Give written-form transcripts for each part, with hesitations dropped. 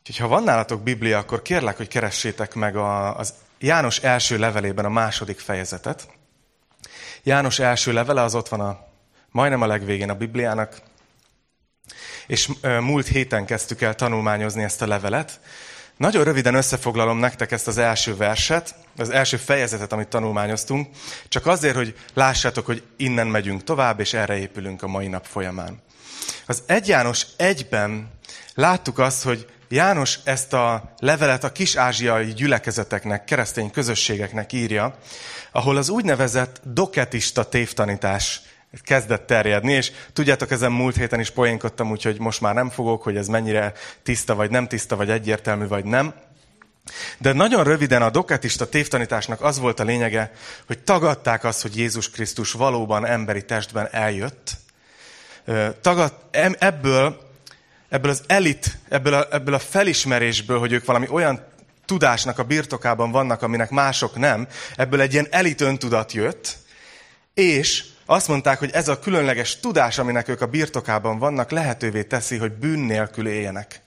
Úgyhogy ha van nálatok Biblia, akkor kérlek, hogy keressétek meg az János első levelében a 2. fejezetet. János első levele, az ott van majdnem a legvégén a Bibliának. És múlt héten kezdtük el tanulmányozni ezt a levelet. Nagyon röviden összefoglalom nektek ezt az első verset, az első fejezetet, amit tanulmányoztunk, csak azért, hogy lássátok, hogy innen megyünk tovább, és erre épülünk a mai nap folyamán. Az 1 János 1-ben láttuk azt, hogy János ezt a levelet a kis-ázsiai gyülekezeteknek, keresztény közösségeknek írja, ahol az úgynevezett doketista tévtanítás kezdett terjedni, és tudjátok, ezen múlt héten is poénkodtam, úgyhogy most már nem fogok, hogy ez mennyire tiszta, vagy nem tiszta, vagy egyértelmű, vagy nem. De nagyon röviden a doketista tévtanításnak az volt a lényege, hogy tagadták azt, hogy Jézus Krisztus valóban emberi testben eljött. Ebből a felismerésből, hogy ők valami olyan tudásnak a birtokában vannak, aminek mások nem, ebből egy ilyen elit öntudat jött, és azt mondták, hogy ez a különleges tudás, aminek ők a birtokában vannak, lehetővé teszi, hogy bűn nélkül éljenek.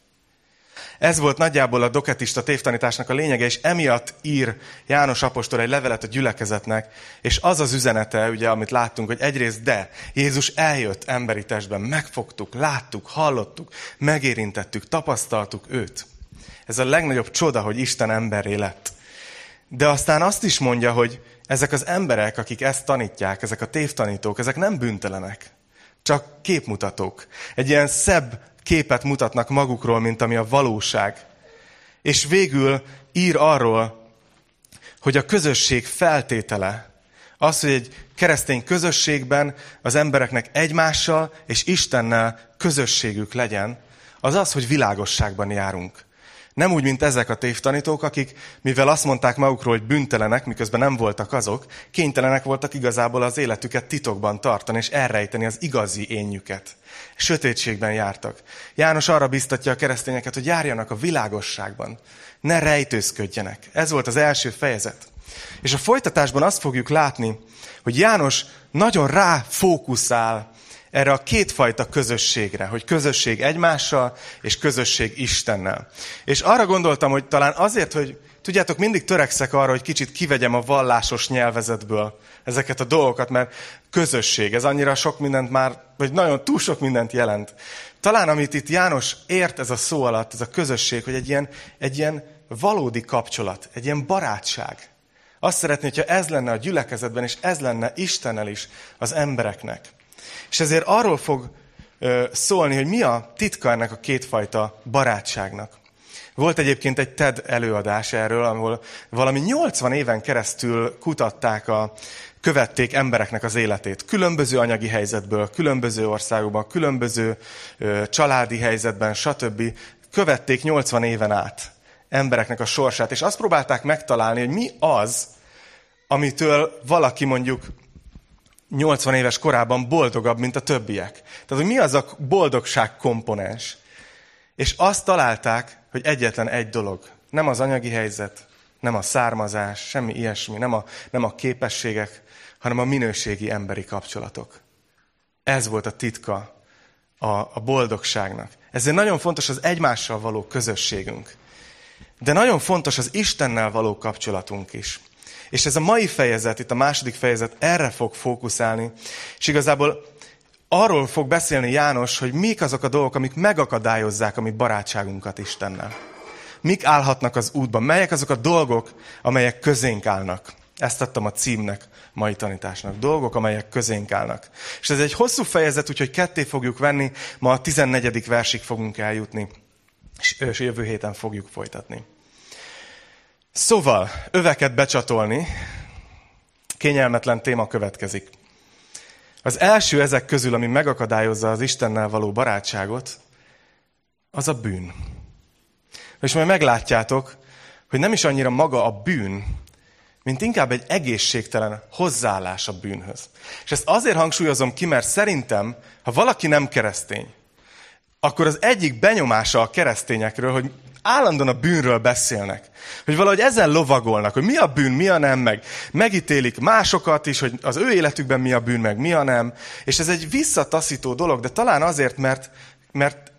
Ez volt nagyjából a doketista tévtanításnak a lényege, és emiatt ír János apostol egy levelet a gyülekezetnek, és az az üzenete, ugye, amit láttunk, hogy egyrészt Jézus eljött emberi testben, megfogtuk, láttuk, hallottuk, megérintettük, tapasztaltuk őt. Ez a legnagyobb csoda, hogy Isten emberré lett. De aztán azt is mondja, hogy ezek az emberek, akik ezt tanítják, ezek a tévtanítók, ezek nem bűntelenek, csak képmutatók. Egy ilyen szebb képet mutatnak magukról, mint ami a valóság. És végül ír arról, hogy a közösség feltétele, az, hogy egy keresztény közösségben az embereknek egymással és Istennel közösségük legyen, az az, hogy világosságban járunk. Nem úgy, mint ezek a tévtanítók, akik, mivel azt mondták magukról, hogy bűntelenek, miközben nem voltak azok, kénytelenek voltak igazából az életüket titokban tartani, és elrejteni az igazi énjüket. Sötétségben jártak. János arra biztatja a keresztényeket, hogy járjanak a világosságban, ne rejtőzködjenek. Ez volt az első fejezet. És a folytatásban azt fogjuk látni, hogy János nagyon ráfókuszál erre a kétfajta közösségre, hogy közösség egymással és közösség Istennel. És arra gondoltam, hogy talán azért, hogy tudjátok, mindig törekszek arra, hogy kicsit kivegyem a vallásos nyelvezetből ezeket a dolgokat, mert közösség, ez annyira sok mindent már, vagy nagyon túl sok mindent jelent. Talán amit itt János ért ez a szó alatt, ez a közösség, hogy egy ilyen valódi kapcsolat, egy ilyen barátság. Azt szeretné, hogyha ez lenne a gyülekezetben, és ez lenne Istennel is az embereknek. És ezért arról fog szólni, hogy mi a titka ennek a kétfajta barátságnak. Volt egyébként egy TED előadás erről, ahol valami 80 éven keresztül követték embereknek az életét. Különböző anyagi helyzetből, különböző országokban, különböző családi helyzetben, stb. Követték 80 éven át embereknek a sorsát, és azt próbálták megtalálni, hogy mi az, amitől valaki mondjuk 80 éves korában boldogabb, mint a többiek. Tehát, hogy mi az a boldogság komponens. És azt találták, hogy egyetlen egy dolog. Nem az anyagi helyzet, nem a származás, semmi ilyesmi, nem a képességek, hanem a minőségi emberi kapcsolatok. Ez volt a titka a boldogságnak. Ezért nagyon fontos az egymással való közösségünk. De nagyon fontos az Istennel való kapcsolatunk is. És ez a mai fejezet, itt a 2. fejezet erre fog fókuszálni, és igazából arról fog beszélni János, hogy mik azok a dolgok, amik megakadályozzák a mi barátságunkat Istennel. Mik állhatnak az útban, melyek azok a dolgok, amelyek közénk állnak. Ezt adtam a címnek, mai tanításnak. Dolgok, amelyek közénk állnak. És ez egy hosszú fejezet, úgyhogy ketté fogjuk venni, ma a 14. versig fogunk eljutni, és jövő héten fogjuk folytatni. Szóval, öveket becsatolni, kényelmetlen téma következik. Az első ezek közül, ami megakadályozza az Istennel való barátságot, az a bűn. És majd meglátjátok, hogy nem is annyira maga a bűn, mint inkább egy egészségtelen hozzáállás a bűnhöz. És ezt azért hangsúlyozom ki, mert szerintem, ha valaki nem keresztény, akkor az egyik benyomása a keresztényekről, hogy állandóan a bűnről beszélnek. Hogy valahogy ezzel lovagolnak, hogy mi a bűn, mi a nem, meg megítélik másokat is, hogy az ő életükben mi a bűn, meg mi a nem. És ez egy visszataszító dolog, de talán azért, mert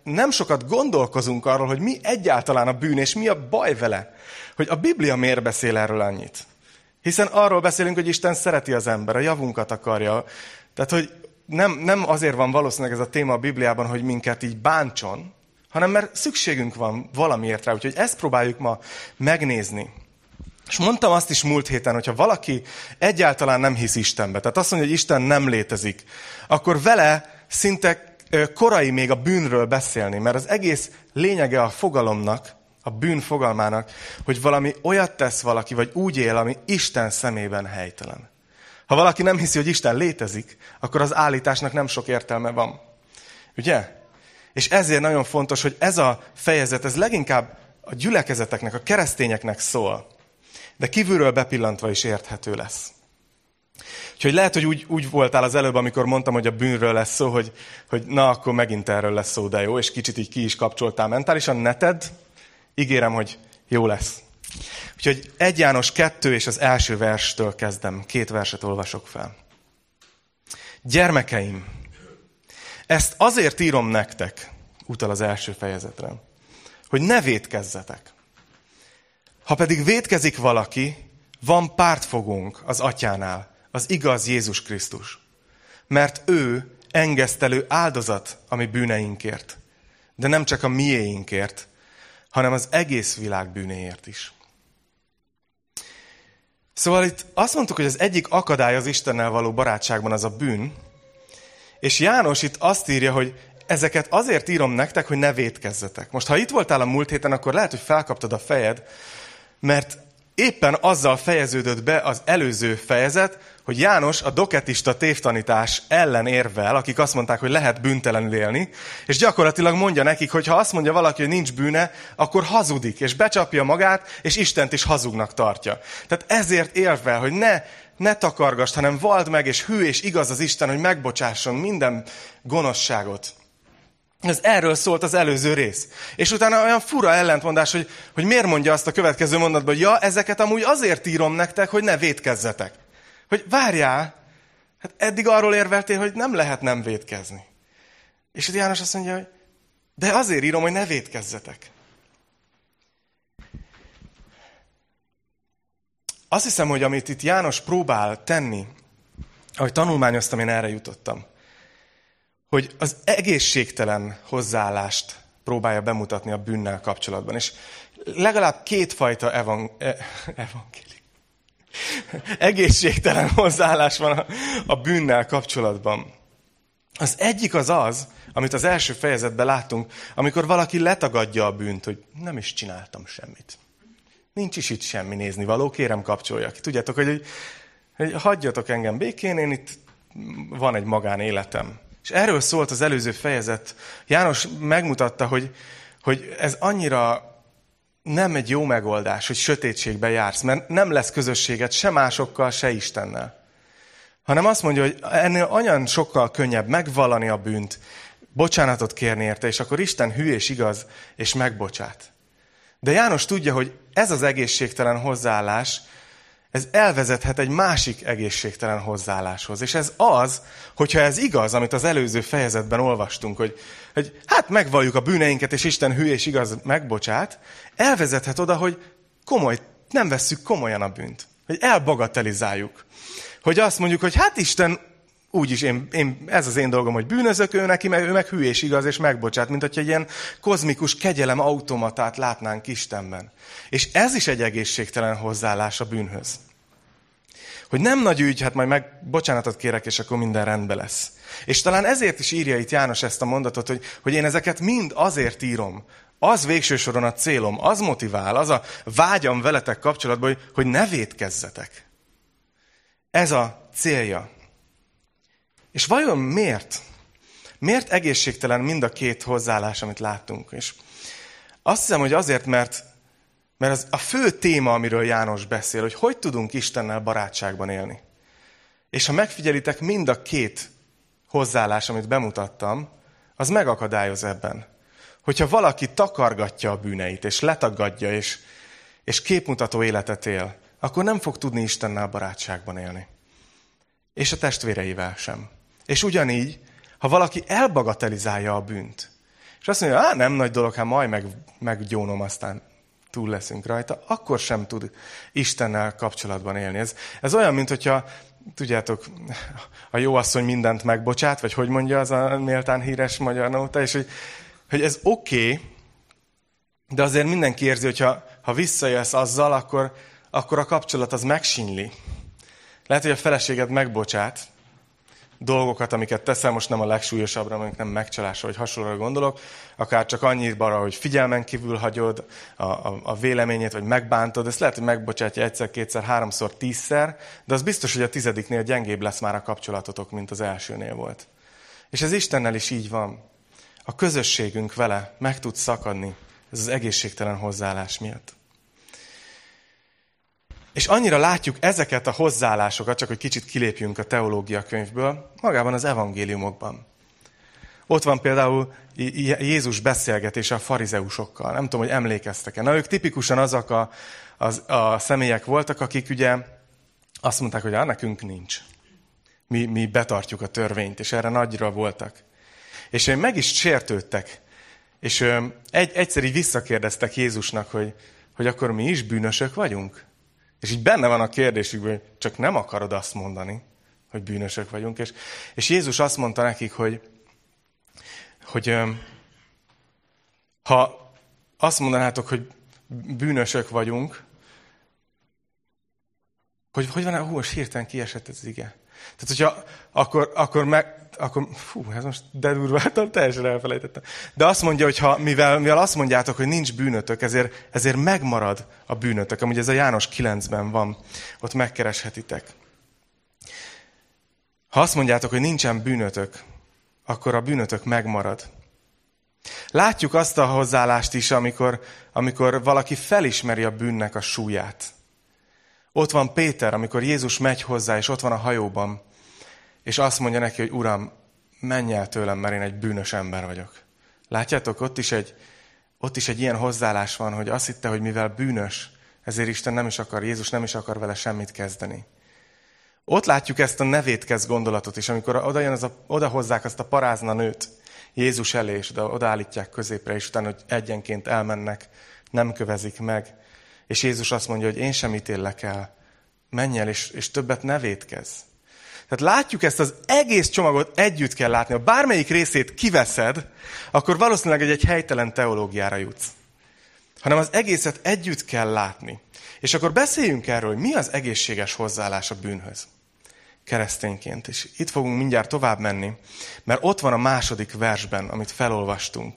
nem sokat gondolkozunk arról, hogy mi egyáltalán a bűn, és mi a baj vele. Hogy a Biblia miért beszél erről annyit. Hiszen arról beszélünk, hogy Isten szereti az ember, a javunkat akarja. Tehát, hogy nem azért van valószínűleg ez a téma a Bibliában, hogy minket így bántson, hanem mert szükségünk van valamiért rá. Úgyhogy ezt próbáljuk ma megnézni. És mondtam azt is múlt héten, hogyha valaki egyáltalán nem hisz Istenbe, tehát azt mondja, hogy Isten nem létezik, akkor vele szinte korai még a bűnről beszélni, mert az egész lényege a fogalomnak, a bűn fogalmának, hogy valami olyat tesz valaki, vagy úgy él, ami Isten szemében helytelen. Ha valaki nem hiszi, hogy Isten létezik, akkor az állításnak nem sok értelme van. Ugye? És ezért nagyon fontos, hogy ez a fejezet, ez leginkább a gyülekezeteknek, a keresztényeknek szól. De kívülről bepillantva is érthető lesz. Úgyhogy lehet, hogy úgy voltál az előbb, amikor mondtam, hogy a bűnről lesz szó, hogy na, akkor megint erről lesz szó, de jó, és kicsit így ki is kapcsoltál mentálisan, ne tedd, ígérem, hogy jó lesz. Úgyhogy 1 János 2 és az első verstől kezdem, 2 verset olvasok fel. Gyermekeim, ezt azért írom nektek, utal az első fejezetre, hogy ne vétkezzetek. Ha pedig vétkezik valaki, van pártfogónk az Atyánál, az igaz Jézus Krisztus. Mert ő engesztelő áldozat a mi bűneinkért, de nem csak a miéinkért, hanem az egész világ bűnéért is. Szóval itt azt mondtuk, hogy az egyik akadály az Istennel való barátságban az a bűn, és János itt azt írja, hogy ezeket azért írom nektek, hogy ne vétkezzetek. Most, ha itt voltál a múlt héten, akkor lehet, hogy felkaptad a fejed, mert éppen azzal fejeződött be az előző fejezet, hogy János a doketista tévtanítás ellen érvel, akik azt mondták, hogy lehet bűntelenül élni, és gyakorlatilag mondja nekik, hogy ha azt mondja valaki, hogy nincs bűne, akkor hazudik, és becsapja magát, és Istent is hazugnak tartja. Tehát ezért érvel, hogy ne takargasd, hanem vald meg, és hű és igaz az Isten, hogy megbocsásson minden gonoszságot. Ez erről szólt az előző rész. És utána olyan fura ellentmondás, hogy miért mondja azt a következő mondatban, hogy ja, ezeket amúgy azért írom nektek, hogy ne vétkezzetek. Hogy várjál, hát eddig arról érveltél, hogy nem lehet nem vétkezni. És itt János azt mondja, hogy de azért írom, hogy ne vétkezzetek. Azt hiszem, hogy amit itt János próbál tenni, ahogy tanulmányoztam, én erre jutottam, hogy az egészségtelen hozzáállást próbálja bemutatni a bűnnel kapcsolatban. És legalább 2 fajta egészségtelen hozzáállás van a bűnnel kapcsolatban. Az egyik az, amit az első fejezetben láttunk, amikor valaki letagadja a bűnt, hogy nem is csináltam semmit. Nincs is itt semmi néznivaló, kérem kapcsoljak. Tudjátok, hogy hagyjatok engem békén, én itt van egy magánéletem. És erről szólt az előző fejezet. János megmutatta, hogy ez annyira nem egy jó megoldás, hogy sötétségbe jársz, mert nem lesz közösséged se másokkal, se Istennel. Hanem azt mondja, hogy ennél olyan sokkal könnyebb megvallani a bűnt, bocsánatot kérni érte, és akkor Isten hű és igaz, és megbocsát. De János tudja, hogy ez az egészségtelen hozzáállás, ez elvezethet egy másik egészségtelen hozzáálláshoz. És ez az, hogyha ez igaz, amit az előző fejezetben olvastunk, hogy hát megvalljuk a bűneinket, és Isten hű és igaz megbocsát, elvezethet oda, hogy nem vesszük komolyan a bűnt. Hogy elbagatelizáljuk. Hogy azt mondjuk, hogy hát Isten úgyis ez az én dolgom, hogy bűnözök, ő meg hű és igaz, és megbocsát, mint hogyha egy ilyen kozmikus kegyelem automatát látnánk Istenben. És ez is egy egészségtelen hozzáállás a bűnhöz. Hogy nem nagy ügy, hát majd bocsánatot kérek, és akkor minden rendben lesz. És talán ezért is írja itt János ezt a mondatot, hogy én ezeket mind azért írom. Az végső soron a célom, az motivál, az a vágyam veletek kapcsolatban, hogy ne vétkezzetek. Ez a célja. És vajon miért? Miért egészségtelen mind a 2 hozzáállás, amit láttunk? És azt hiszem, hogy azért, mert az a fő téma, amiről János beszél, hogy tudunk Istennel barátságban élni. És ha megfigyelitek, mind a 2 hozzáállás, amit bemutattam, az megakadályoz ebben. Hogyha valaki takargatja a bűneit, és letagadja, és képmutató életet él, akkor nem fog tudni Istennel barátságban élni. És a testvéreivel sem. És ugyanígy, ha valaki elbagatelizálja a bűnt, és azt mondja, nem nagy dolog, hát majd meggyónom, aztán túl leszünk rajta, akkor sem tud Istennel kapcsolatban élni. Ez olyan, mint hogyha, tudjátok, a jó asszony mindent megbocsát, vagy hogy mondja az a méltán híres magyar nóta, és hogy ez oké, de azért mindenki érzi, hogy ha visszajössz azzal, akkor a kapcsolat az megsínyli. Lehet, hogy a feleséged megbocsát dolgokat, amiket teszel, most nem a legsúlyosabbra, mondjuk nem megcsalásra, vagy hasonlóra gondolok, akár csak annyira, hogy figyelmen kívül hagyod a véleményét, vagy megbántod, ezt lehet, hogy megbocsátja egyszer, kétszer, háromszor, 10-szer, de az biztos, hogy a 10-nél gyengébb lesz már a kapcsolatotok, mint az elsőnél volt. És ez Istennel is így van. A közösségünk vele meg tud szakadni, ez az egészségtelen hozzáállás miatt. És annyira látjuk ezeket a hozzáállásokat, csak hogy kicsit kilépjünk a teológia könyvből, magában az evangéliumokban. Ott van például Jézus beszélgetése a farizeusokkal. Nem tudom, hogy emlékeztek-e. Na, ők tipikusan azok a személyek voltak, akik ugye azt mondták, hogy nekünk nincs. Mi betartjuk a törvényt, és erre nagyra voltak. És meg is sértődtek. És egyszer így visszakérdeztek Jézusnak, hogy akkor mi is bűnösök vagyunk? És így benne van a kérdésükben, hogy csak nem akarod azt mondani, hogy bűnösök vagyunk. És Jézus azt mondta nekik, hogy ha azt mondanátok, hogy bűnösök vagyunk, hogy van, most hirtelen kiesett ez az ige. Tehát, hogyha ez most de durváltam, teljesen elfelejtettem. De azt mondja, hogy mivel azt mondjátok, hogy nincs bűnötök, ezért megmarad a bűnötök. Amúgy ez a János 9-ben van, ott megkereshetitek. Ha azt mondjátok, hogy nincsen bűnötök, akkor a bűnötök megmarad. Látjuk azt a hozzáállást is, amikor valaki felismeri a bűnnek a súlyát. Ott van Péter, amikor Jézus megy hozzá, és ott van a hajóban, és azt mondja neki, hogy Uram, menj el tőlem, mert én egy bűnös ember vagyok. Látjátok, ott is egy ilyen hozzáállás van, hogy azt hitte, hogy mivel bűnös, ezért Isten nem is akar, Jézus nem is akar vele semmit kezdeni. Ott látjuk ezt a nevétkez gondolatot is, amikor oda hozzák azt a parázna nőt Jézus elé, és odaállítják középre, és utána, hogy egyenként elmennek, nem kövezik meg. És Jézus azt mondja, hogy én sem ítélek el, menj el, és többet ne vétkezz. Tehát látjuk ezt az egész csomagot együtt kell látni. Ha bármelyik részét kiveszed, akkor valószínűleg egy helytelen teológiára jutsz. Hanem az egészet együtt kell látni. És akkor beszéljünk erről, hogy mi az egészséges hozzáállás a bűnhöz. Keresztényként. És itt fogunk mindjárt tovább menni, mert ott van a második versben, amit felolvastunk.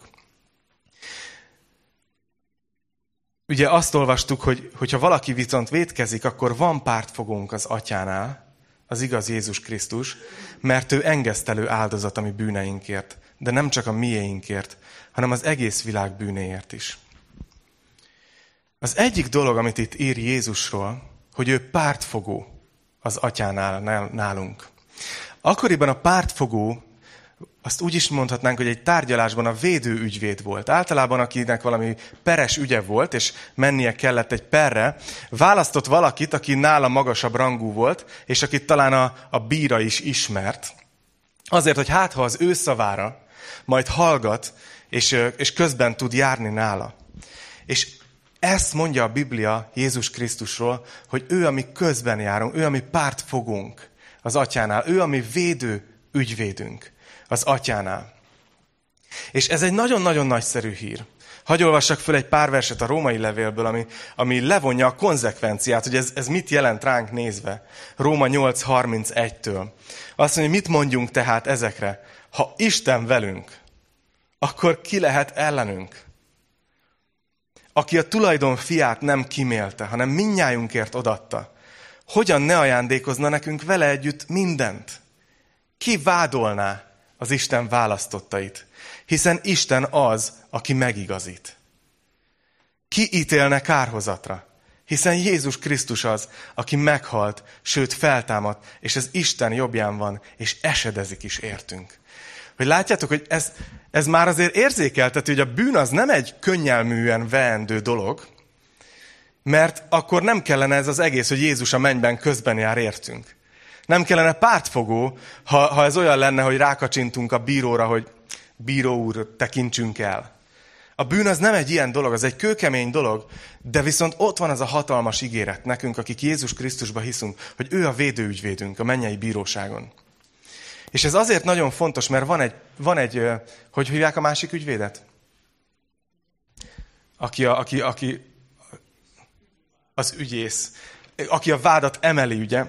Ugye azt olvastuk, hogy ha valaki viszont vétkezik, akkor van pártfogónk az Atyánál, az igaz Jézus Krisztus, mert ő engesztelő áldozat a mi bűneinkért, de nem csak a miéinkért, hanem az egész világ bűnéért is. Az egyik dolog, amit itt ír Jézusról, hogy ő pártfogó az Atyánál nálunk. Akkoriban a pártfogó, azt úgy is mondhatnánk, hogy egy tárgyalásban a védőügyvéd volt. Általában, akinek valami peres ügye volt, és mennie kellett egy perre, választott valakit, aki nála magasabb rangú volt, és akit talán a bíra is ismert. Azért, hogy ha az ő szavára majd hallgat, és közben tud járni nála. És ezt mondja a Biblia Jézus Krisztusról, hogy ő, ami közben járunk, ő, ami pártfogunk az Atyánál, ő, ami védő ügyvédünk az Atyánál. És ez egy nagyon-nagyon nagyszerű hír. Hadd olvassak föl egy pár verset a római levélből, ami levonja a konzekvenciát, hogy ez mit jelent ránk nézve. Róma 8.31-től. Azt mondja, mit mondjunk tehát ezekre? Ha Isten velünk, akkor ki lehet ellenünk? Aki a tulajdon fiát nem kimélte, hanem mindnyájunkért odatta, hogyan ne ajándékozna nekünk vele együtt mindent? Ki vádolná az Isten választottait? Hiszen Isten az, aki megigazít. Ki ítélne kárhozatra? Hiszen Jézus Krisztus az, aki meghalt, sőt feltámadt, és az Isten jobbján van, és esedezik is értünk. Hogy látjátok, hogy ez már azért érzékeltető, hogy a bűn az nem egy könnyelműen veendő dolog, mert akkor nem kellene ez az egész, hogy Jézus a mennyben közben jár értünk. Nem kellene pártfogó, ha ez olyan lenne, hogy rákacsintunk a bíróra, hogy bíró úr, tekintsünk el. A bűn az nem egy ilyen dolog, az egy kőkemény dolog, de viszont ott van az a hatalmas ígéret nekünk, akik Jézus Krisztusba hiszünk, hogy ő a védőügyvédünk a mennyei bíróságon. És ez azért nagyon fontos, mert van egy hogy hívják a másik ügyvédet? Aki az ügyész, aki a vádat emeli, ugye?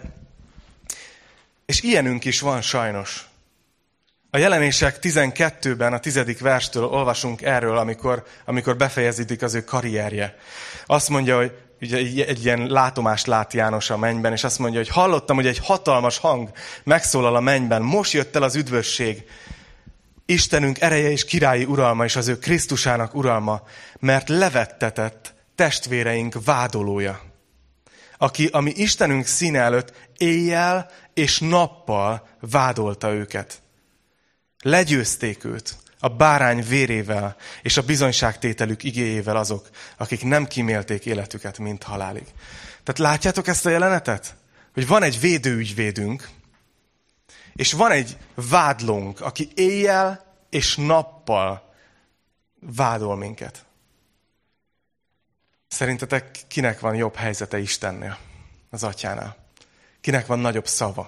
És ilyenünk is van sajnos. A Jelenések 12-ben, a 10. verstől olvasunk erről, amikor befejeződik az ő karrierje. Azt mondja, hogy ugye egy ilyen látomást lát János a mennyben, és azt mondja, hogy hallottam, hogy egy hatalmas hang megszólal a mennyben. Most jött el az üdvösség, Istenünk ereje és királyi uralma, és az ő Krisztusának uralma, mert levettetett testvéreink vádolója, ami Istenünk színe előtt éjjel és nappal vádolta őket. Legyőzték őt a bárány vérével és a bizonyságtételük igéjével azok, akik nem kímélték életüket, mint halálig. Tehát látjátok ezt a jelenetet? Hogy van egy védőügyvédünk, és van egy vádlónk, aki éjjel és nappal vádol minket. Szerintetek kinek van jobb helyzete Istennél, az Atyánál? Kinek van nagyobb szava?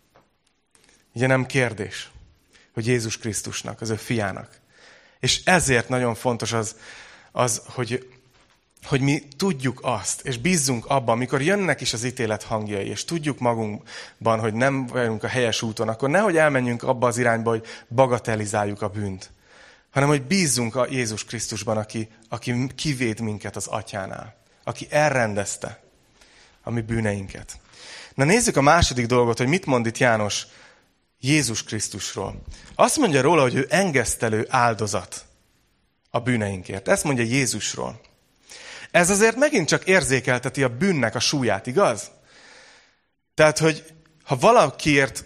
Ugye nem kérdés, hogy Jézus Krisztusnak, az ő fiának. És ezért nagyon fontos az hogy mi tudjuk azt, és bízzunk abban, amikor jönnek is az ítélet hangjai, és tudjuk magunkban, hogy nem vagyunk a helyes úton, akkor nehogy elmenjünk abba az irányba, hogy bagatelizáljuk a bűnt, hanem hogy bízzunk a Jézus Krisztusban, aki kivéd minket az Atyánál, aki elrendezte a mi bűneinket. Na nézzük a második dolgot, hogy mit mond itt János Jézus Krisztusról. Azt mondja róla, hogy ő engesztelő áldozat a bűneinkért. Ezt mondja Jézusról. Ez azért megint csak érzékelteti a bűnnek a súlyát, igaz? Tehát, hogy ha valakiért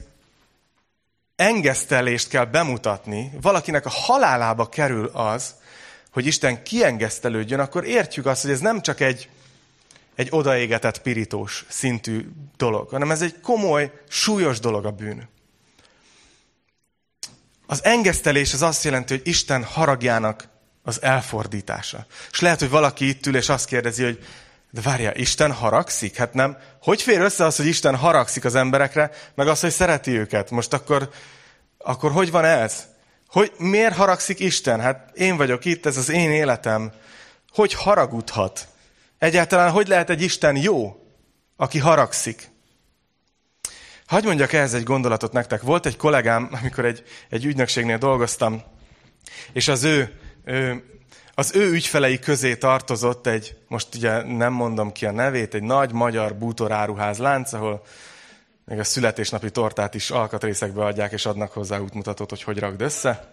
engesztelést kell bemutatni, valakinek a halálába kerül az, hogy Isten kiengesztelődjön, akkor értjük azt, hogy ez nem csak egy odaégetett pirítós szintű dolog, hanem ez egy komoly, súlyos dolog a bűn. Az engesztelés az azt jelenti, hogy Isten haragjának az elfordítása. És lehet, hogy valaki itt ül, és azt kérdezi, hogy de várjál, Isten haragszik? Hát nem. Hogy fér össze az, hogy Isten haragszik az emberekre, meg az, hogy szereti őket? Most akkor hogy van ez? Miért haragszik Isten? Hát én vagyok itt, ez az én életem. Hogy haragudhat? Egyáltalán hogy lehet egy Isten jó, aki haragszik? Hadd mondjak ehhez egy gondolatot nektek. Volt egy kollégám, amikor egy ügynökségnél dolgoztam, és az ő ügyfelei közé tartozott most ugye nem mondom ki a nevét, egy nagy magyar bútoráruház lánc, ahol még a születésnapi tortát is alkatrészekbe adják, és adnak hozzá útmutatót, hogy rakd össze.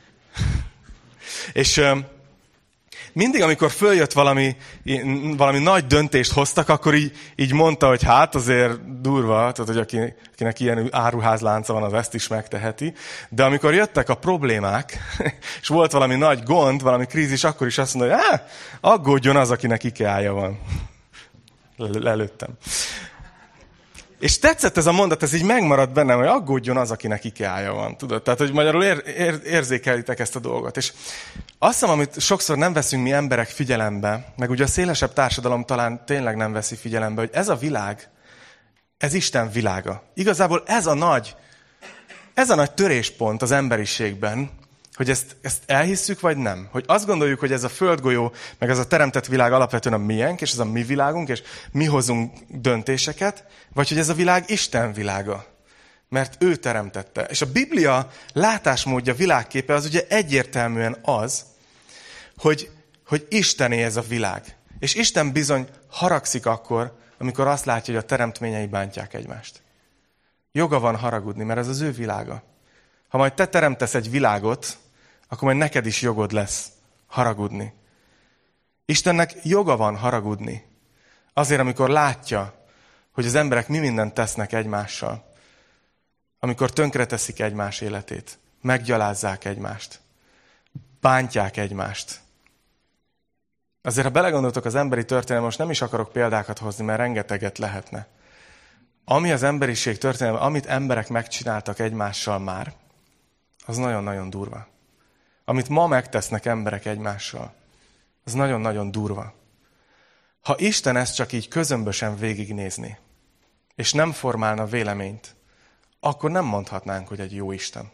És mindig, amikor följött valami nagy döntést hoztak, akkor így mondta, hogy hát azért durva, tehát hogy akinek ilyen áruházlánca van, az ezt is megteheti. De amikor jöttek a problémák, és volt valami nagy gond, valami krízis, akkor is azt mondta, hogy aggódjon az, akinek IKEA-ja van. Lelőttem. És tetszett ez a mondat, ez így megmaradt bennem, hogy aggódjon az, akinek IKEA-ja van. Tudod? Tehát, hogy magyarul érzékelitek ezt a dolgot. És azt hiszem, amit sokszor nem veszünk mi emberek figyelembe, meg ugye a szélesebb társadalom talán tényleg nem veszi figyelembe, hogy ez a világ, ez Isten világa. Igazából ez a nagy töréspont az emberiségben, hogy ezt elhisszük, vagy nem. Hogy azt gondoljuk, hogy ez a földgolyó, meg ez a teremtett világ alapvetően a miénk, és ez a mi világunk, és mi hozunk döntéseket, vagy hogy ez a világ Isten világa. Mert ő teremtette. És a Biblia látásmódja, világképe az ugye egyértelműen az, hogy Istené ez a világ. És Isten bizony haragszik akkor, amikor azt látja, hogy a teremtményei bántják egymást. Joga van haragudni, mert ez az ő világa. Ha majd te teremtesz egy világot, akkor majd neked is jogod lesz haragudni. Istennek joga van haragudni. Azért, amikor látja, hogy az emberek mi mindent tesznek egymással. Amikor tönkreteszik egymás életét. Meggyalázzák egymást. Bántják egymást. Azért, ha belegondoltok az emberi történelme, most nem is akarok példákat hozni, mert rengeteget lehetne. Ami az emberiség történelme, amit emberek megcsináltak egymással már, az nagyon-nagyon durva. amit ma megtesznek emberek egymással, az nagyon-nagyon durva. Ha Isten ezt csak így közömbösen végignézni, és nem formálna véleményt, akkor nem mondhatnánk, hogy egy jó Isten.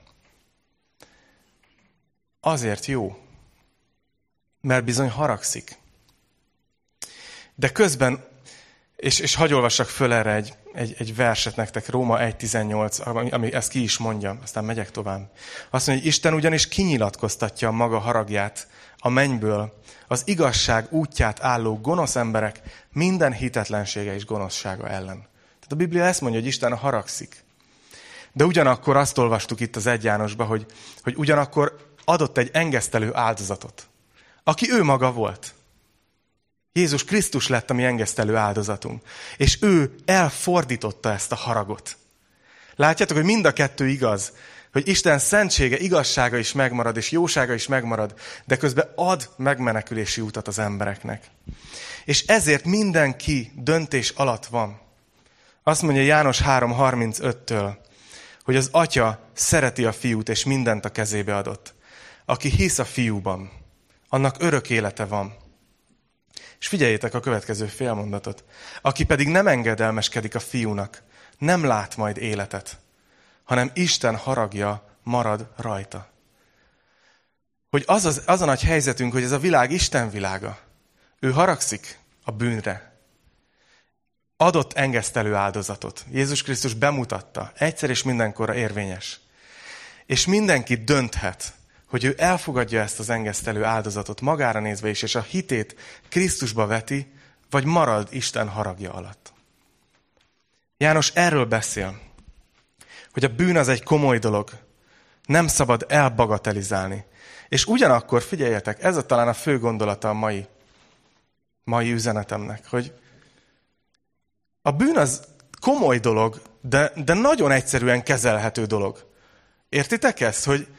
Azért jó, mert bizony haragszik. De közben, és hadd olvassak föl erre egy verset nektek, Róma 1.18, ami ezt ki is mondja, aztán megyek tovább. Azt mondja, hogy Isten ugyanis kinyilatkoztatja a maga haragját a mennyből, az igazság útját álló gonosz emberek minden hitetlensége és gonoszsága ellen. Tehát a Biblia ezt mondja, hogy Isten haragszik. De ugyanakkor azt olvastuk itt az 1 Jánosba, hogy ugyanakkor adott egy engesztelő áldozatot, aki ő maga volt. Jézus Krisztus lett a mi engesztelő áldozatunk. És ő elfordította ezt a haragot. Látjátok, hogy mind a kettő igaz, hogy Isten szentsége, igazsága is megmarad, és jósága is megmarad, de közben ad megmenekülési utat az embereknek. És ezért mindenki döntés alatt van. Azt mondja János 3.35-től, hogy az Atya szereti a fiút, és mindent a kezébe adott. Aki hisz a fiúban, annak örök élete van. És figyeljétek a következő félmondatot. Aki pedig nem engedelmeskedik a fiúnak, nem lát majd életet, hanem Isten haragja marad rajta. Hogy az a nagy helyzetünk, hogy ez a világ Isten világa. Ő haragszik a bűnre. Adott engesztelő áldozatot. Jézus Krisztus bemutatta. Egyszer és mindenkorra érvényes. És mindenki dönthet, hogy ő elfogadja ezt az engesztelő áldozatot magára nézve is, és a hitét Krisztusba veti, vagy marad Isten haragja alatt. János erről beszél, hogy a bűn az egy komoly dolog, nem szabad elbagatelizálni. És ugyanakkor, figyeljetek, ez talán a fő gondolata a mai üzenetemnek, hogy a bűn az komoly dolog, de nagyon egyszerűen kezelhető dolog. Értitek ezt, hogy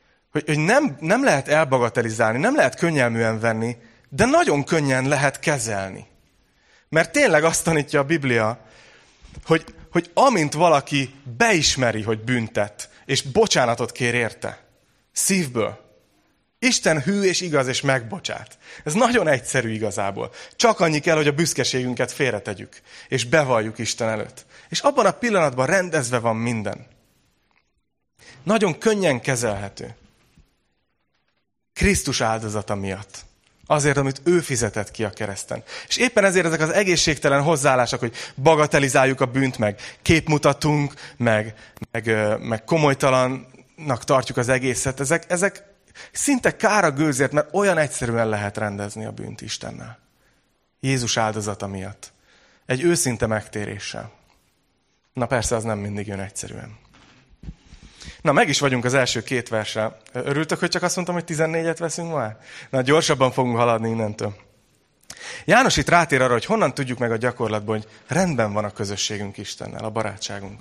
nem lehet elbagatelizálni, nem lehet könnyelműen venni, de nagyon könnyen lehet kezelni. Mert tényleg azt tanítja a Biblia, hogy amint valaki beismeri, hogy bűntett, és bocsánatot kér érte, szívből, Isten hű és igaz és megbocsát. Ez nagyon egyszerű igazából. Csak annyi kell, hogy a büszkeségünket félretegyük, és bevalljuk Isten előtt. És abban a pillanatban rendezve van minden. Nagyon könnyen kezelhető. Krisztus áldozata miatt. Azért, amit ő fizetett ki a kereszten. És éppen ezért ezek az egészségtelen hozzáállások, hogy bagatelizáljuk a bűnt, meg képmutatunk, meg komolytalannak tartjuk az egészet, ezek szinte kár a gőzért, mert olyan egyszerűen lehet rendezni a bűnt Istennel. Jézus áldozata miatt. Egy őszinte megtéréssel. Na persze, az nem mindig jön egyszerűen. Na, meg is vagyunk az első 2 verssel. Örültök, hogy csak azt mondtam, hogy 14-et veszünk ma? Na, gyorsabban fogunk haladni innentől. János itt rátér arra, hogy honnan tudjuk meg a gyakorlatban, hogy rendben van a közösségünk Istennel, a barátságunk.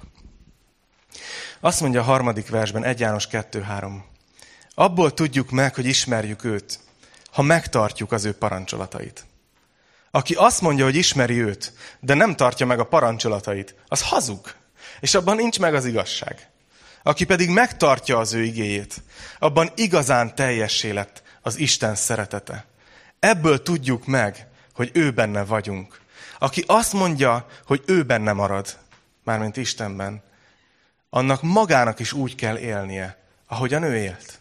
Azt mondja a 3. versben, 1 János 2.3. Abból tudjuk meg, hogy ismerjük őt, ha megtartjuk az ő parancsolatait. Aki azt mondja, hogy ismeri őt, de nem tartja meg a parancsolatait, az hazug, és abban nincs meg az igazság. Aki pedig megtartja az ő igéjét, abban igazán teljessé lett az Isten szeretete. Ebből tudjuk meg, hogy ő benne vagyunk. Aki azt mondja, hogy ő benne marad, mármint Istenben, annak magának is úgy kell élnie, ahogyan ő élt.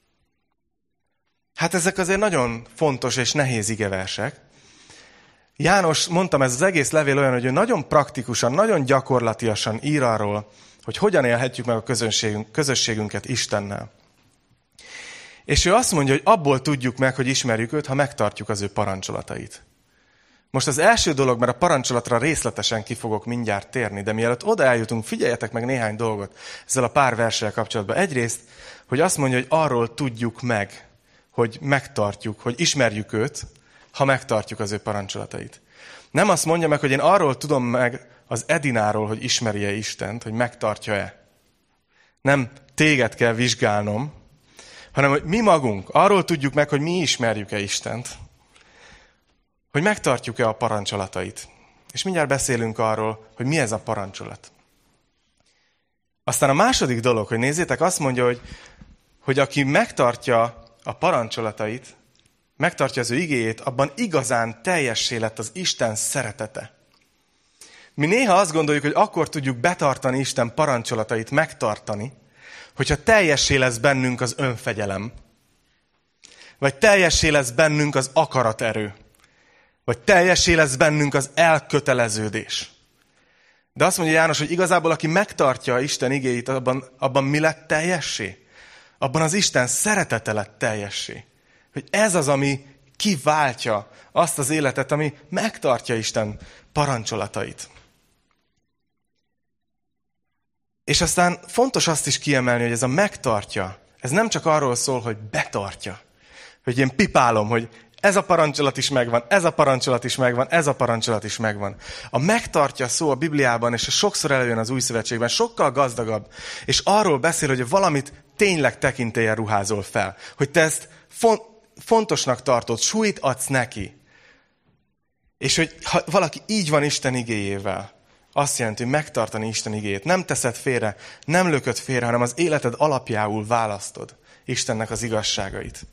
Hát ezek azért nagyon fontos és nehéz igeversek. János, mondtam, ez az egész levél olyan, hogy ő nagyon praktikusan, nagyon gyakorlatiasan ír arról, hogy hogyan élhetjük meg a közösségünket Istennel. És ő azt mondja, hogy abból tudjuk meg, hogy ismerjük őt, ha megtartjuk az ő parancsolatait. Most az első dolog, mert a parancsolatra részletesen ki fogok mindjárt térni, de mielőtt oda eljutunk, figyeljetek meg néhány dolgot ezzel a pár verssel kapcsolatban. Egyrészt, hogy azt mondja, hogy arról tudjuk meg, hogy megtartjuk, hogy ismerjük őt, ha megtartjuk az ő parancsolatait. Nem azt mondja meg, hogy én arról tudom meg az Edináról, hogy ismeri-e Istent, hogy megtartja-e. Nem téged kell vizsgálnom, hanem hogy mi magunk arról tudjuk meg, hogy mi ismerjük-e Istent, hogy megtartjuk-e a parancsolatait. És mindjárt beszélünk arról, hogy mi ez a parancsolat. Aztán a második dolog, hogy nézzétek, azt mondja, hogy aki megtartja a parancsolatait, megtartja az ő igéjét, abban igazán teljessé lett az Isten szeretete. Mi néha azt gondoljuk, hogy akkor tudjuk betartani Isten parancsolatait, megtartani, hogyha teljessé lesz bennünk az önfegyelem, vagy teljessé lesz bennünk az akaraterő, vagy teljessé lesz bennünk az elköteleződés. De azt mondja János, hogy igazából aki megtartja Isten igéit, abban mi lett teljessé? Abban az Isten szeretete lett teljessé. Hogy ez az, ami kiváltja azt az életet, ami megtartja Isten parancsolatait. És aztán fontos azt is kiemelni, hogy ez a megtartja, ez nem csak arról szól, hogy betartja. Hogy én pipálom, hogy ez a parancsolat is megvan, ez a parancsolat is megvan, ez a parancsolat is megvan. A megtartja szó a Bibliában, és sokszor előjön az Új Szövetségben, sokkal gazdagabb, és arról beszél, hogy valamit tényleg tekintéllyel ruházol fel. Hogy te ezt fontosnak tartod, súlyt adsz neki. És hogy ha valaki így van Isten igéjével, azt jelenti, hogy megtartani Isten igéjét. Nem teszed félre, nem lököd félre, hanem az életed alapjául választod Istennek az igazságait.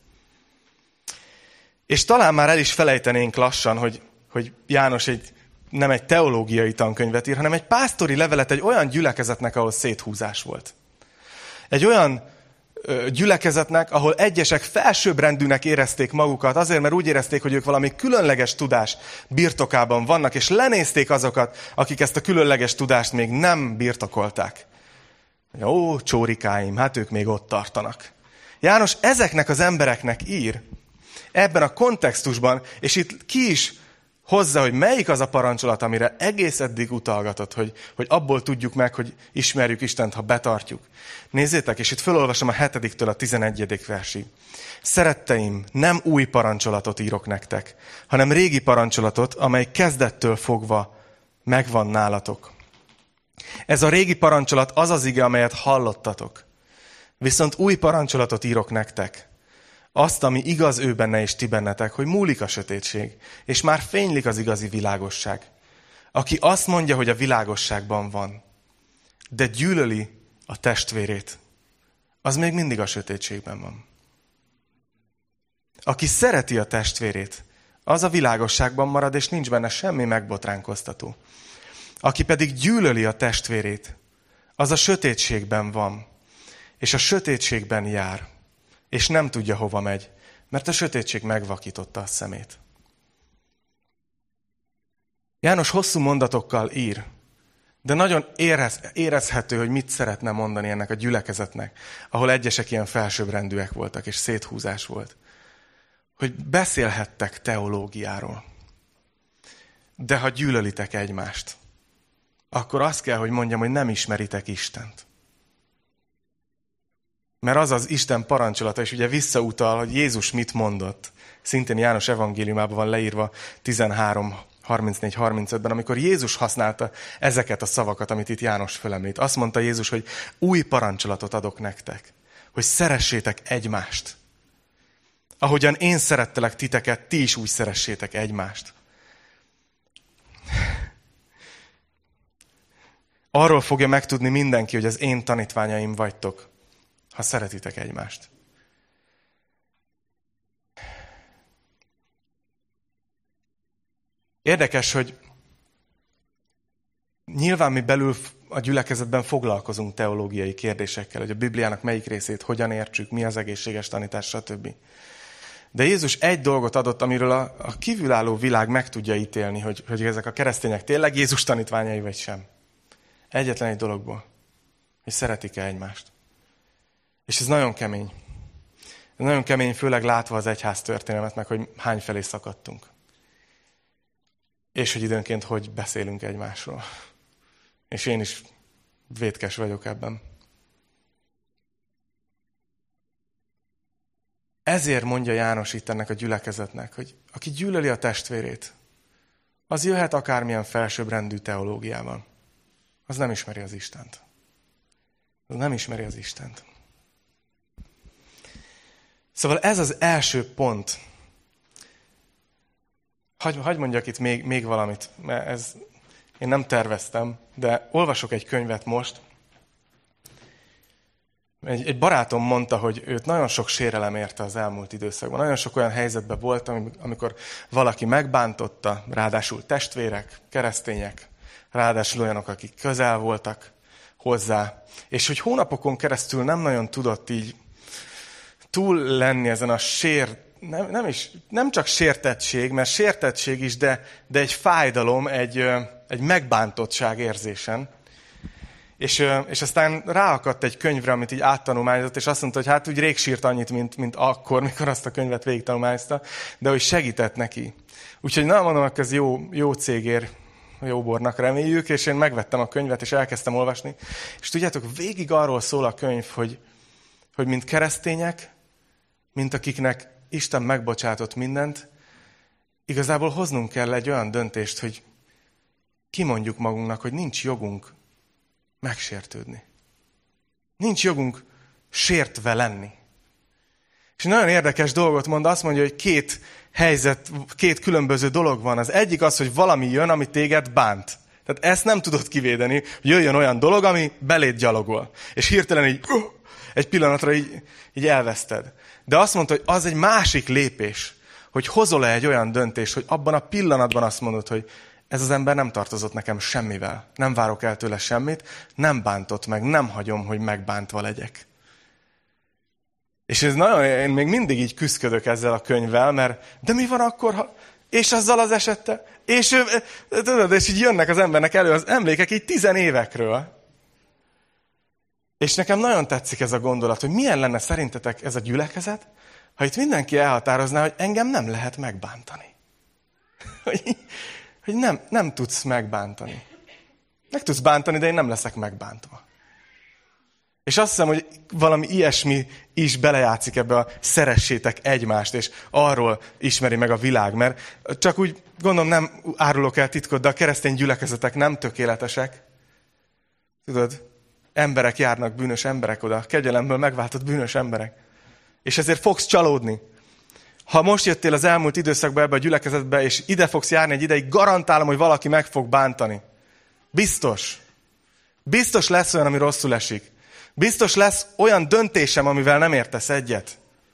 És talán már el is felejtenénk lassan, hogy János nem egy teológiai tankönyvet ír, hanem egy pásztori levelet egy olyan gyülekezetnek, ahol széthúzás volt. Egy olyan gyülekezetnek, ahol egyesek felsőbbrendűnek érezték magukat, azért, mert úgy érezték, hogy ők valami különleges tudás birtokában vannak, és lenézték azokat, akik ezt a különleges tudást még nem birtokolták. Ó, csórikáim, hát ők még ott tartanak. János ezeknek az embereknek ír, ebben a kontextusban, és itt ki is hozza, hogy melyik az a parancsolat, amire egész eddig utalgatott, hogy abból tudjuk meg, hogy ismerjük Istent, ha betartjuk. Nézzétek, és itt felolvasom a 7-től a 11. versig. Szeretteim, nem új parancsolatot írok nektek, hanem régi parancsolatot, amely kezdettől fogva megvan nálatok. Ez a régi parancsolat az az ige, amelyet hallottatok. Viszont új parancsolatot írok nektek. Azt, ami igaz ő benne és ti bennetek, hogy múlik a sötétség, és már fénylik az igazi világosság. Aki azt mondja, hogy a világosságban van, de gyűlöli a testvérét, az még mindig a sötétségben van. Aki szereti a testvérét, az a világosságban marad, és nincs benne semmi megbotránkoztató. Aki pedig gyűlöli a testvérét, az a sötétségben van, és a sötétségben jár, és nem tudja, hova megy, mert a sötétség megvakította a szemét. János hosszú mondatokkal ír, de nagyon érezhető, hogy mit szeretne mondani ennek a gyülekezetnek, ahol egyesek ilyen felsőbbrendűek voltak, és széthúzás volt. Hogy beszélhettek teológiáról. De ha gyűlölitek egymást, akkor azt kell, hogy mondjam, hogy nem ismeritek Istent. Mert az az Isten parancsolata, és ugye visszautal, hogy Jézus mit mondott. Szintén János evangéliumában van leírva 13:34-35-ben, amikor Jézus használta ezeket a szavakat, amit itt János felemlít. Azt mondta Jézus, hogy új parancsolatot adok nektek, hogy szeressétek egymást. Ahogyan én szerettelek titeket, ti is úgy szeressétek egymást. Arról fogja megtudni mindenki, hogy az én tanítványaim vagytok, ha szeretitek egymást. Érdekes, hogy nyilván mi belül a gyülekezetben foglalkozunk teológiai kérdésekkel, hogy a Bibliának melyik részét hogyan értsük, mi az egészséges tanítás, stb. De Jézus egy dolgot adott, amiről a kívülálló világ meg tudja ítélni, hogy ezek a keresztények tényleg Jézus tanítványai vagy sem. Egyetlen egy dologból, hogy szeretik-e egymást. És ez nagyon kemény. Ez nagyon kemény, főleg látva az egyház történelmet, meg hogy hány felé szakadtunk. És hogy időnként hogy beszélünk egymásról. És én is vétkes vagyok ebben. Ezért mondja János itt ennek a gyülekezetnek, hogy aki gyűlöli a testvérét, az jöhet akármilyen felsőbbrendű teológiával. Az nem ismeri az Istent. Az nem ismeri az Istent. Szóval ez az első pont. Hagy mondjak itt még valamit, mert én nem terveztem, de olvasok egy könyvet most, Egy barátom mondta, hogy őt nagyon sok sérelem érte az elmúlt időszakban. Nagyon sok olyan helyzetben volt, amikor valaki megbántotta, ráadásul testvérek, keresztények, ráadásul olyanok, akik közel voltak hozzá. És hogy hónapokon keresztül nem nagyon tudott így túl lenni ezen a nem csak sértettség, mert sértettség is, de egy fájdalom, egy megbántottság érzésen. És aztán ráakadt egy könyvre, amit így áttanulmányozott, és azt mondta, hogy hát úgy rég sírt annyit, mint akkor, mikor azt a könyvet végigtanulmányozta, de hogy segített neki. Úgyhogy nem mondom, hogy ez jó cégér, jó bornak reméljük, és én megvettem a könyvet, és elkezdtem olvasni. És tudjátok, végig arról szól a könyv, hogy mint keresztények, mint akiknek Isten megbocsátott mindent, igazából hoznunk kell egy olyan döntést, hogy kimondjuk magunknak, hogy nincs jogunk megsértődni. Nincs jogunk sértve lenni. És nagyon érdekes dolgot mond, azt mondja, hogy két különböző dolog van. Az egyik az, hogy valami jön, ami téged bánt. Tehát ezt nem tudod kivédeni, hogy jöjjön olyan dolog, ami beléd gyalogol. És hirtelen így, egy pillanatra így elveszted. De azt mondta, hogy az egy másik lépés, hogy hozol-e egy olyan döntést, hogy abban a pillanatban azt mondod, hogy ez az ember nem tartozott nekem semmivel. Nem várok el tőle semmit, nem bántott meg, nem hagyom, hogy megbántva legyek. És ez én még mindig így küszködök ezzel a könyvvel, mert de mi van akkor, és azzal az esettel? És így jönnek az embernek elő az emlékek így 10 évekről. És nekem nagyon tetszik ez a gondolat, hogy milyen lenne szerintetek ez a gyülekezet, ha itt mindenki elhatározná, hogy engem nem lehet megbántani. Hogy nem tudsz megbántani. Meg tudsz bántani, de én nem leszek megbántva. És azt hiszem, hogy valami ilyesmi is belejátszik ebbe a szeressétek egymást, és arról ismeri meg a világ. Mert csak úgy gondolom, nem árulok el titkot, de a keresztény gyülekezetek nem tökéletesek. Tudod, emberek járnak, bűnös emberek oda, kegyelemből megváltott bűnös emberek. És ezért fogsz csalódni. Ha most jöttél az elmúlt időszakban ebbe a gyülekezetbe, és ide fogsz járni egy ideig, garantálom, hogy valaki meg fog bántani. Biztos. Biztos lesz olyan, ami rosszul esik. Biztos lesz olyan döntésem, amivel nem értesz egyet.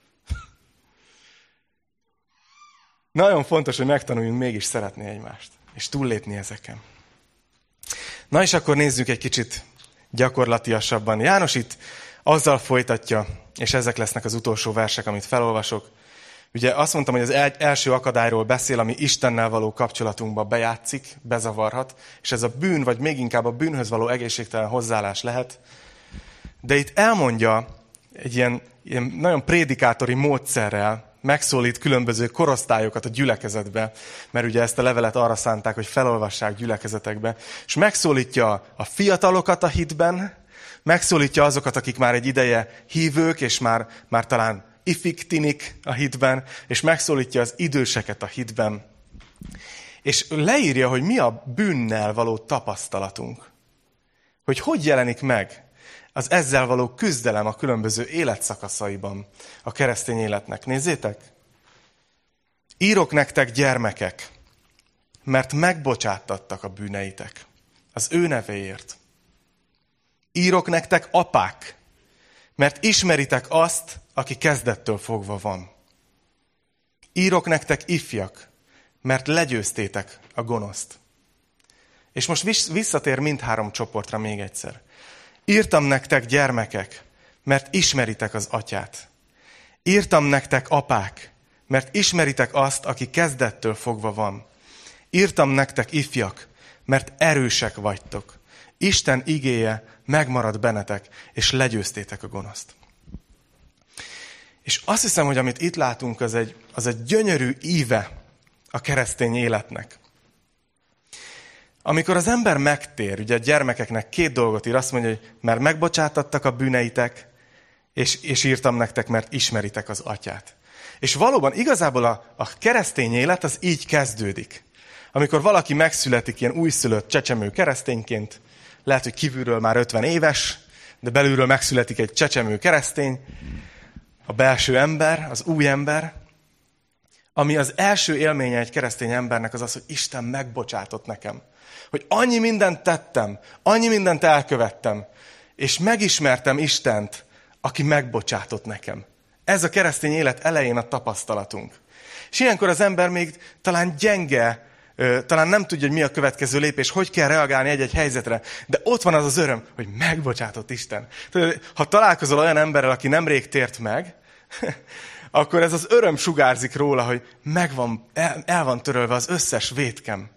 Nagyon fontos, hogy megtanuljunk mégis szeretni egymást, és túllépni ezeken. Na és akkor nézzük egy kicsit gyakorlatiasabban. János itt azzal folytatja, és ezek lesznek az utolsó versek, amit felolvasok. Ugye azt mondtam, hogy az első akadályról beszél, ami Istennel való kapcsolatunkba bejátszik, bezavarhat, és ez a bűn, vagy még inkább a bűnhöz való egészségtelen hozzáállás lehet. De itt elmondja egy ilyen nagyon prédikátori módszerrel, megszólít különböző korosztályokat a gyülekezetbe, mert ugye ezt a levelet arra szánták, hogy felolvassák gyülekezetekbe, és megszólítja a fiatalokat a hitben, megszólítja azokat, akik már egy ideje hívők, és már talán ifik, tinik a hitben, és megszólítja az időseket a hitben. És leírja, hogy mi a bűnnel való tapasztalatunk. Hogy jelenik meg az ezzel való küzdelem a különböző életszakaszaiban a keresztény életnek. Nézzétek! Írok nektek, gyermekek, mert megbocsáttattak a bűneitek az ő nevéért. Írok nektek, apák, mert ismeritek azt, aki kezdettől fogva van. Írok nektek, ifjak, mert legyőztétek a gonoszt. És most visszatér mindhárom csoportra még egyszer. Írtam nektek, gyermekek, mert ismeritek az atyát. Írtam nektek, apák, mert ismeritek azt, aki kezdettől fogva van. Írtam nektek, ifjak, mert erősek vagytok. Isten igéje megmarad bennetek, és legyőztétek a gonoszt. És azt hiszem, hogy amit itt látunk, az egy gyönyörű íve a keresztény életnek. Amikor az ember megtér, ugye a gyermekeknek 2 dolgot ír, azt mondja, hogy mert megbocsátattak a bűneitek, és írtam nektek, mert ismeritek az atyát. És valóban igazából a keresztény élet az így kezdődik. Amikor valaki megszületik ilyen újszülött csecsemő keresztényként, lehet, hogy kívülről már 50 éves, de belülről megszületik egy csecsemő keresztény, a belső ember, az új ember, ami az első élménye egy keresztény embernek az, hogy Isten megbocsátott nekem. Hogy annyi mindent tettem, annyi mindent elkövettem, és megismertem Istent, aki megbocsátott nekem. Ez a keresztény élet elején a tapasztalatunk. És ilyenkor az ember még talán gyenge, talán nem tudja, hogy mi a következő lépés, hogy kell reagálni egy-egy helyzetre, de ott van az az öröm, hogy megbocsátott Isten. Ha találkozol olyan emberrel, aki nemrég tért meg, akkor ez az öröm sugárzik róla, hogy el van törölve az összes vétkem.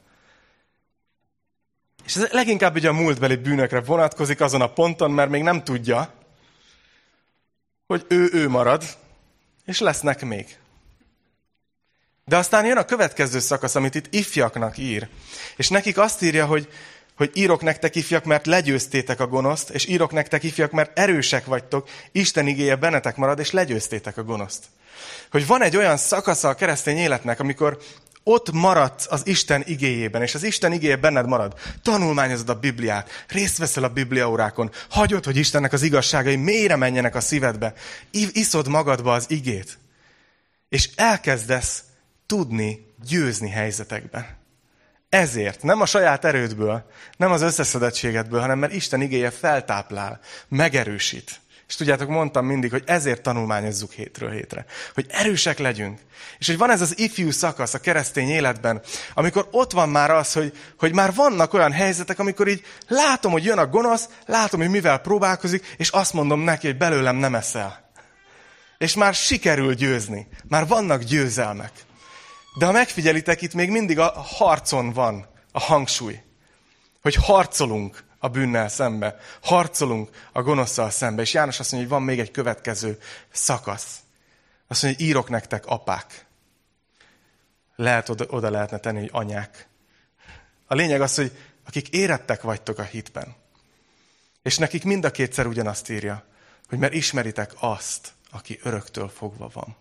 És ez leginkább ugye a múltbeli bűnökre vonatkozik azon a ponton, mert még nem tudja, hogy ő marad, és lesznek még. De aztán jön a következő szakasz, amit itt ifjaknak ír. És nekik azt írja, hogy írok nektek ifjak, mert legyőztétek a gonoszt, és írok nektek ifjak, mert erősek vagytok, Isten igéje bennetek marad, és legyőztétek a gonoszt. Hogy van egy olyan szakasza a keresztény életnek, amikor ott maradsz az Isten igéjében, és az Isten igéje benned marad. Tanulmányozod a Bibliát, részt veszel a bibliaórákon, hagyod, hogy Istennek az igazságai mélyre menjenek a szívedbe, iszod magadba az igét, és elkezdesz tudni győzni helyzetekben. Ezért, nem a saját erődből, nem az összeszedettségedből, hanem mert Isten igéje feltáplál, megerősít. És tudjátok, mondtam mindig, hogy ezért tanulmányozzuk hétről hétre. Hogy erősek legyünk. És hogy van ez az ifjú szakasz a keresztény életben, amikor ott van már az, hogy már vannak olyan helyzetek, amikor így látom, hogy jön a gonosz, látom, hogy mivel próbálkozik, és azt mondom neki, hogy belőlem nem eszel. És már sikerül győzni. Már vannak győzelmek. De ha megfigyelitek, itt még mindig a harcon van a hangsúly. Hogy harcolunk a bűnnel szembe. Harcolunk a gonoszszal szembe. És János azt mondja, hogy van még egy következő szakasz. Azt mondja, hogy írok nektek apák. Lehet oda lehetne tenni, hogy anyák. A lényeg az, hogy akik érettek vagytok a hitben. És nekik mind a kétszer ugyanazt írja, hogy mert ismeritek azt, aki öröktől fogva van.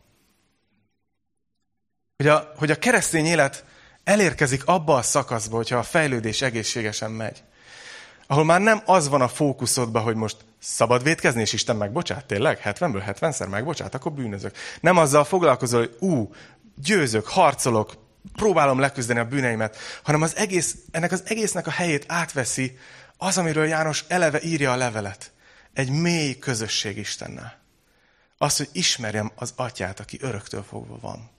Hogy a keresztény élet elérkezik abba a szakaszba, hogyha a fejlődés egészségesen megy. Ahol már nem az van a fókuszodban, hogy most szabad vétkezni, és Isten megbocsát, tényleg? 70-ből 70-szer megbocsát, akkor bűnözök. Nem azzal foglalkozol, hogy győzök, harcolok, próbálom leküzdeni a bűneimet, hanem ennek az egésznek a helyét átveszi az, amiről János eleve írja a levelet. Egy mély közösség Istennel. Az, hogy ismerjem az atyát, aki öröktől fogva van.